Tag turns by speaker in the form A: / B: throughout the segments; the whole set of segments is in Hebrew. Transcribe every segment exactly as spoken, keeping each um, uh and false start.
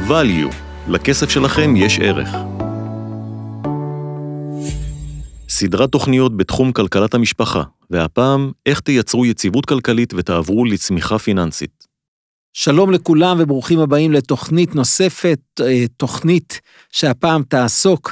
A: value. לכסף שלכם יש ערך. סדרת תוכניות בתחום כלכלת המשפחה, והפעם, איך תייצרו יציבות כלכלית ותעברו לצמיחה פיננסית.
B: שלום לכולם וברוכים הבאים לתוכנית נוספת, תוכנית שהפעם תעסוק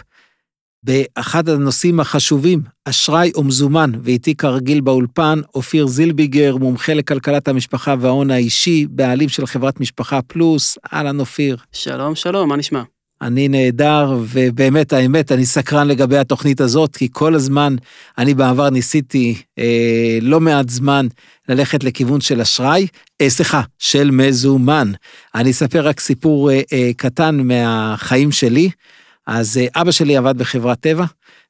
B: באחד הנושאים החשובים, אשראי ומזומן, ואיתי כרגיל באולפן, אופיר זילביגר, מומחה לכלכלת המשפחה וההון האישי, בעלים של חברת משפחה פלוס. אהלן אופיר.
C: שלום, שלום, מה נשמע?
B: אני נהדר, ובאמת האמת, אני סקרן לגבי התוכנית הזאת, כי כל הזמן, אני בעבר ניסיתי אה, לא מעט זמן ללכת לכיוון של אשראי, אה, סליחה, של מזומן. אני אספר רק סיפור אה, אה, קטן מהחיים שלי. אז אה, אבא שלי עבד בחברת טבע,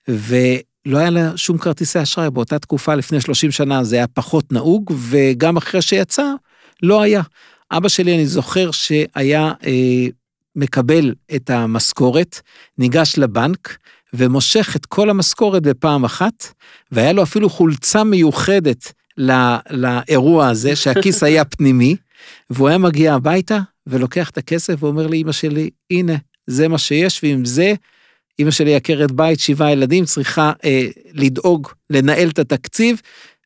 B: ולא היה לה שום כרטיסי אשראי, באותה תקופה לפני שלושים שנה זה היה פחות נהוג, וגם אחרי שיצא, לא היה. אבא שלי, אני זוכר שהיה אה, מקבל את המשכורת, ניגש לבנק, ומושך את כל המשכורת בפעם אחת, והיה לו אפילו חולצה מיוחדת לא, לאירוע הזה, שהכיס היה פנימי, והוא היה מגיע הביתה, ולוקח את הכסף, ואומר לי, אמא שלי, הנה, זה מה שיש, ועם זה, אמא שלי עקרת בית, שבעה ילדים, צריכה אה, לדאוג, לנהל את התקציב,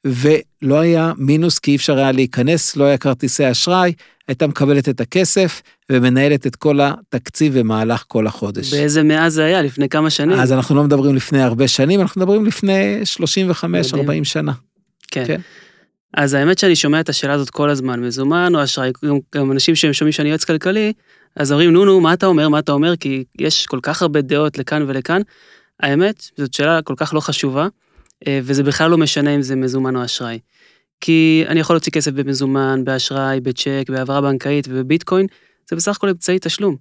B: ולא היה מינוס, כי אי אפשר היה להיכנס, לא היה כרטיסי אשראי, הייתה מקבלת את הכסף, ומנהלת את כל התקציב במהלך כל החודש.
C: באיזה מאה זה היה? לפני כמה שנים?
B: אז אנחנו לא מדברים לפני הרבה שנים, אנחנו מדברים לפני שלושים וחמש ארבעים שנה.
C: כן. כן. אז האמת שאני שומע את השאלה הזאת כל הזמן, מזומן או אשראי, גם אנשים שהם שומעים שאני יועץ כלכלי, אז אומרים, נו, נו, מה אתה אומר, מה אתה אומר, כי יש כל כך הרבה דעות לכאן ולכאן. האמת, זאת שאלה כל כך לא חשובה, וזה בכלל לא משנה אם זה מזומן או אשראי. כי אני יכול להוציא כסף במזומן, באשראי, בצ'ק, בהעברה בנקאית ובביטקוין, זה בסך הכל אמצעי תשלום.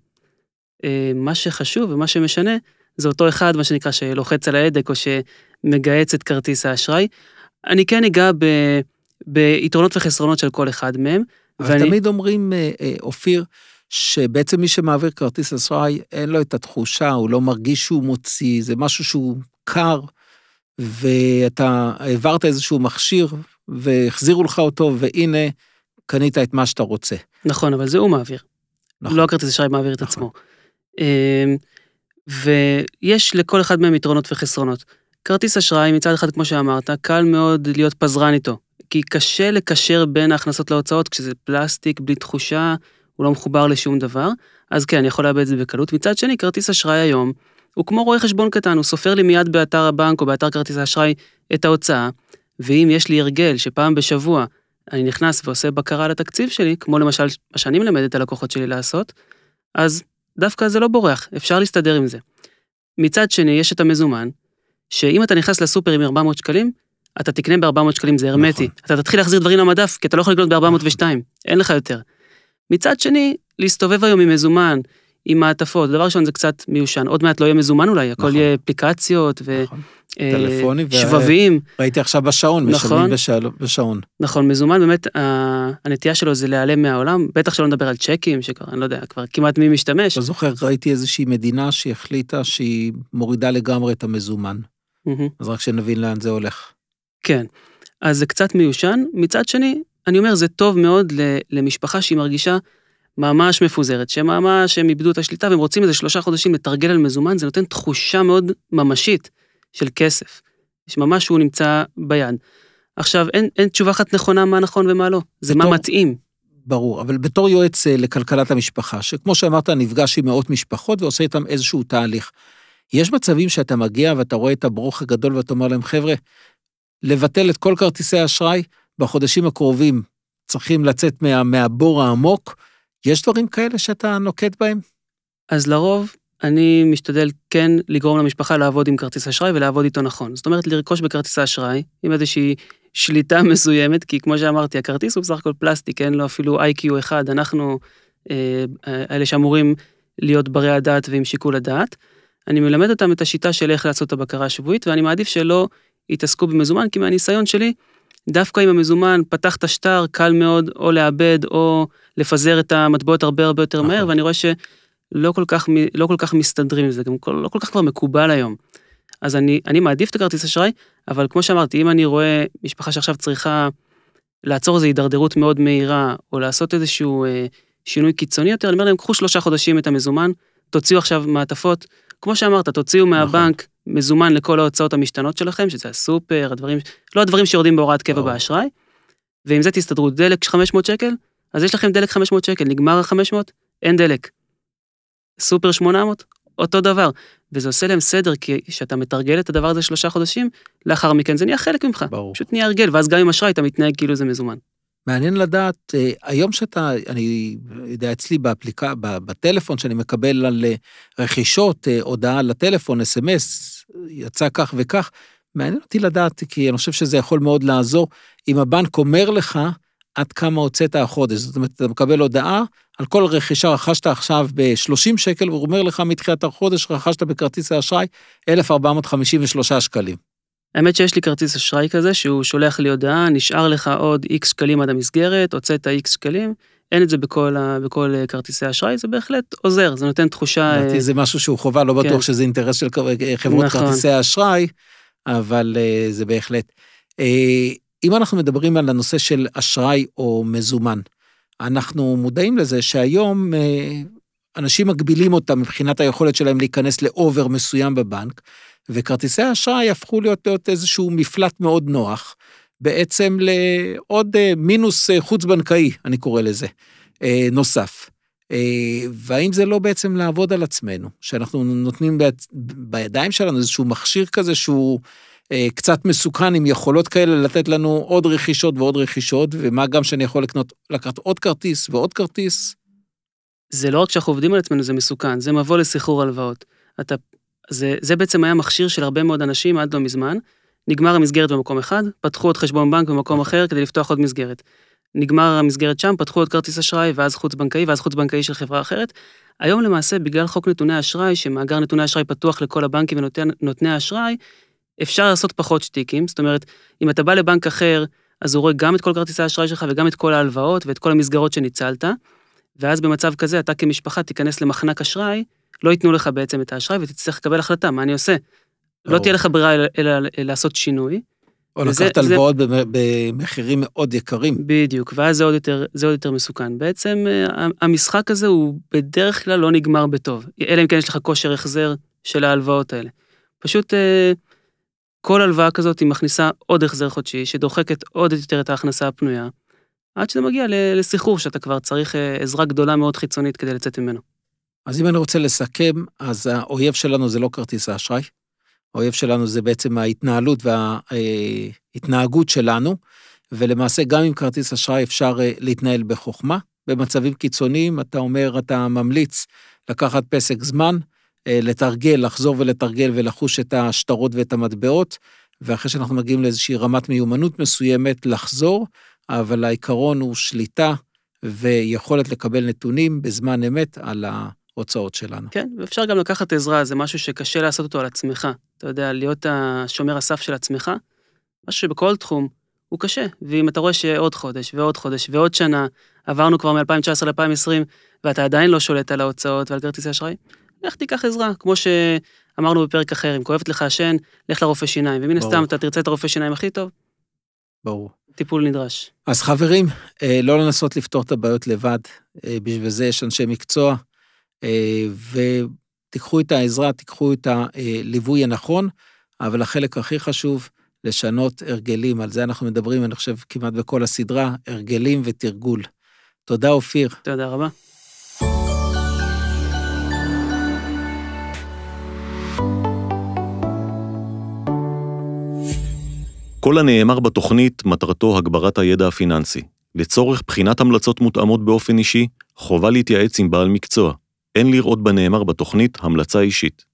C: מה שחשוב ומה שמשנה, זה אותו אחד, מה שנקרא, שלוחץ על ההדק, או שמגייץ את כרטיס האשראי. אני כן אגע ב... ביתרונות וחסרונות של כל אחד מהם.
B: אבל ואני... תמיד אומרים, אופיר, שבעצם מי שמעביר כרטיס אשראי, אין לו את התחושה, הוא לא מרגיש שהוא מוציא, זה משהו שהוא קר, ואתה העברת איזשהו מכשיר, והחזירו לך אותו, והנה, קנית את מה שאתה רוצה.
C: נכון, אבל זה הוא מעביר. נכון. לא הכרטיס אשראי מעביר את נכון. עצמו. ויש לכל אחד מהם יתרונות וחסרונות. כרטיס אשראי, מצד אחד, כמו שאמרת, קל מאוד להיות פזרן איתו, כי קשה לקשר בין ההכנסות להוצאות, כשזה פלסטיק, בלי תחושה, הוא לא מחובר לשום דבר, אז כן, אני יכול לאבד את זה בקלות. מצד שני, כרטיס אשראי היום, הוא כמו רואה חשבון קטן, הוא סופר לי מיד באתר הבנק, או באתר כרטיס האשראי, את ההוצאה, ואם יש לי הרגל, שפעם בשבוע, אני נכנס ועושה בקרה לתקציב שלי, כמו למשל, מה שאני מלמד את הלקוחות שלי לעשות, אז דווקא זה לא בורח, אפשר להסתדר עם זה. מצד שני, יש את המזומן, שאם אתה נכנס לסופר עם ארבע מאות שקלים, אתה תקנה ב-ארבע מאות שקלים, זה הרמטי. נכון. אתה תתחיל להחזיר דברים למדף, כי אתה לא יכול לקנות ב-ארבע מאות ושתיים, נכון. אין לך יותר. מצד שני, להסתובב היום עם מזומן, עם מעטפות, דבר ראשון זה קצת מיושן, עוד מעט לא יהיה מזומן אולי, הכל נכון. יהיה אפליקציות ו... נכון.
B: טלפונים
C: שבבים.
B: ראיתי עכשיו בשעון,
C: נכון.
B: משלמים בשעון.
C: נכון, מזומן באמת, הנטייה שלו זה להיעלם מהעולם, בטח שלא נדבר על צ'קים, שכבר, אני לא יודע, כבר כמעט מי משתמש.
B: אתה זוכר, ראיתי איזושהי מדינה שהחליטה שהיא מורידה לגמרי את המזומן. אז רק שנבין לאן זה הולך.
C: כן, אז זה קצת מיושן, מצד שני, אני אומר, זה טוב מאוד למשפחה שהיא מרגישה ממש מפוזרת, שממש הם איבדו את השליטה, והם רוצים איזה שלושה חודשים לתרגל על מזומן, זה נותן תחושה מאוד ממשית של כסף, שממש הוא נמצא ביד. עכשיו, אין, אין תשובה אחת נכונה מה נכון ומה לא, זה בתור, מה מתאים.
B: ברור, אבל בתור יועץ לכלכלת המשפחה, שכמו שאמרת, נפגש עם מאות משפחות, ועושה איתם איזשהו תהליך. יש מצבים שאתה מגיע, ואתה רואה את הברוך הגדול, ואתה אומר להם, חבר'ה, לבטל את כל כרטיסי האשראי, בחודשים הקרובים צריכים לצאת מה, מהבור העמוק, יש דברים כאלה שאתה נוקט בהם?
C: אז לרוב, אני משתדל כן לגרום למשפחה לעבוד עם כרטיס אשראי, ולעבוד איתו נכון. זאת אומרת, לרכוש בכרטיס האשראי, עם איזושהי שליטה מסוימת, כי כמו שאמרתי, הכרטיס הוא בסך הכל פלסטיק, אין לו אפילו איי קיו אחד, אנחנו, אה, אלה שאמורים להיות ברי הדעת ועם שיקול הדעת, אני מלמד אותם את השיטה של איך לעשות את הבקרה השבועית, ואני מעדיף שלא יתעסקו במזומן, כי מהניסיון שלי, דווקא עם המזומן, פתח את השטר, קל מאוד או לאבד, או לפזר את המטבעות הרבה הרבה יותר מהר, ואני רואה שלא כל כך, לא כל כך מסתדרים עם זה, גם לא כל כך כבר מקובל היום. אז אני, אני מעדיף את הכרטיס אשראי, אבל כמו שאמרתי, אם אני רואה משפחה שעכשיו צריכה לעצור איזו הידרדרות מאוד מהירה, או לעשות איזשהו שינוי קיצוני יותר, אני אומר להם, קחו שלושה חודשים את המזומן, תוציאו עכשיו מעטפות, כמו שאמרת, תוציאו מהבנק מזומן לכל ההוצאות המשתנות שלכם, שזה הסופר, הדברים, לא הדברים שיורדים בהוראת קבע באשראי, ועם זה תסתדרו דלק חמש מאות שקל, אז יש לכם דלק חמש מאות שקל, נגמר ה-חמש מאות, אין דלק. סופר שמונה מאות, אותו דבר. וזה עושה להם סדר, כי כשאתה מתרגל את הדבר הזה שלושה חודשים, לאחר מכן זה נהיה חלק ממך.
B: ברור.
C: פשוט נהיה הרגל, ואז גם עם אשראי אתה מתנהג כאילו זה מזומן.
B: מעניין לדעת, היום שאתה, אני יודע אצלי באפליקה, בטלפון, שאני מקבל על רכישות, הודעה לטלפון, אס אם אס, יצא כך וכך, מעניין אותי לדעת, כי אני חושב שזה יכול מאוד לעזור, אם הבנק אומר לך, עד כמה הוצאת החודש, זאת אומרת, אתה מקבל הודעה, על כל רכישה רכשת עכשיו ב-שלושים שקל, והוא אומר לך מתחילת החודש, רכשת בכרטיס האשראי, אלף ארבע מאות חמישים ושלושה שקלים.
C: האמת שיש לי כרטיס אשראי כזה, שהוא שולח לי הודעה, נשאר לך עוד איקס שקלים עד המסגרת, הוצאת איקס שקלים, אין את זה בכל, בכל כרטיסי האשראי, זה בהחלט עוזר, זה נותן תחושה...
B: לדעתי זה משהו שהוא חובה, לא בטוח שזה אינטרס של חברות כרטיסי האשראי, אבל זה בהחלט. אם אנחנו מדברים על הנושא של אשראי או מזומן, אנחנו מודעים לזה שהיום אנשים מגבילים אותם מבחינת היכולת שלהם להיכנס לאובר מסוים בבנק, וכרטיסי האשראי הפכו להיות, להיות איזשהו מפלט מאוד נוח, בעצם לעוד מינוס חוץ-בנקאי, אני קורא לזה, נוסף. והאם זה לא בעצם לעבוד על עצמנו, שאנחנו נותנים בידיים שלנו איזשהו מכשיר כזה שהוא קצת מסוכן עם יכולות כאלה, לתת לנו עוד רכישות ועוד רכישות, ומה גם שאני יכול לקנות, לקחת עוד כרטיס ועוד כרטיס?
C: זה לא רק שאנחנו עובדים על עצמנו, זה מסוכן, זה מבוא לסחרור הלוואות. אתה, זה, זה בעצם היה מכשיר של הרבה מאוד אנשים עד לא מזמן, נגמר המסגרת במקום אחד, פתחו עוד חשבון בנק במקום אחר כדי לפתוח עוד מסגרת. נגמר המסגרת שם, פתחו עוד כרטיס אשראי, ואז חוץ בנקאי, ואז חוץ בנקאי של חברה אחרת. היום למעשה, בגלל חוק נתוני אשראי, שמאגר נתוני אשראי פתוח לכל הבנקים ונותני אשראי, אפשר לעשות פחות שטיקים, זאת אומרת, אם אתה בא לבנק אחר, אז הוא רואה גם את כל כרטיסי האשראי שלך, וגם את כל ההלוואות, ואת כל המסגרות שניצלת, ואז במצב כזה, אתה כמשפחה תיכנס למחנק אשראי, לא ייתנו לך בעצם את האשראי, ותצטרך לקבל החלטה, מה אני עושה? לא תהיה לך ברירה אלא לעשות שינוי.
B: או לקחת הלוואות במחירים מאוד יקרים.
C: בדיוק, ואז זה עוד יותר, זה עוד יותר מסוכן. בעצם המשחק הזה הוא בדרך כלל לא נגמר בטוב, אלא אם כן יש לך כושר החזר של ההלוואות האלה. פשוט כל הלוואה כזאת היא מכניסה עוד החזר חודשי, שדוחקת עוד יותר את ההכנסה הפנויה, עד שזה מגיע לסחרור, שאתה כבר צריך עזרה גדולה מאוד חיצונית כדי לצאת ממנו.
B: אז אם אני רוצה לסכם, אז האויב שלנו זה לא כרטיס האשראי, האויב שלנו זה בעצם ההתנהלות וההתנהגות שלנו, ולמעשה גם עם כרטיס אשראי אפשר להתנהל בחוכמה, במצבים קיצוניים אתה אומר, אתה ממליץ לקחת פסק זמן, לתרגל, לחזור ולתרגל ולחוש את השטרות ואת המטבעות, ואחרי שאנחנו מגיעים לאיזושהי רמת מיומנות מסוימת לחזור, אבל העיקרון הוא שליטה ויכולת לקבל נתונים בזמן אמת על ההוצאות שלנו.
C: כן, ואפשר גם לקחת עזרה, זה משהו שקשה לעשות אותו על עצמך. אתה יודע, להיות השומר הסף של עצמך, משהו שבכל תחום הוא קשה, ואם אתה רואה שעוד חודש ועוד חודש ועוד שנה, עברנו כבר מ-אלפיים תשע עשרה ל-אלפיים עשרים, ואתה עדיין לא שולט על ההוצאות ועל כרטיסי אשראי, לך תיקח עזרה, כמו שאמרנו בפרק אחר, אם כואבת לך השן, לך לרופא שיניים, ומן הסתם אתה תרצה את הרופא שיניים הכי טוב.
B: ברור.
C: טיפול נדרש.
B: אז חברים, לא לנסות לפתור את הבעיות לבד, בשביל זה יש אנשי מקצוע, ותיקחו את העזרה, תיקחו את הליווי הנכון, אבל החלק הכי חשוב, לשנות הרגלים, על זה אנחנו מדברים, אני חושב, כמעט בכל הסדרה, הרגלים ותרגול. תודה, אופיר.
C: תודה רבה.
A: כל הנאמר בתוכנית מטרתו הגברת הידע הפיננסי. לצורך בחינת המלצות מותאמות באופן אישי, חובה להתייעץ עם בעל מקצוע. אין לראות בנאמר בתוכנית המלצה אישית.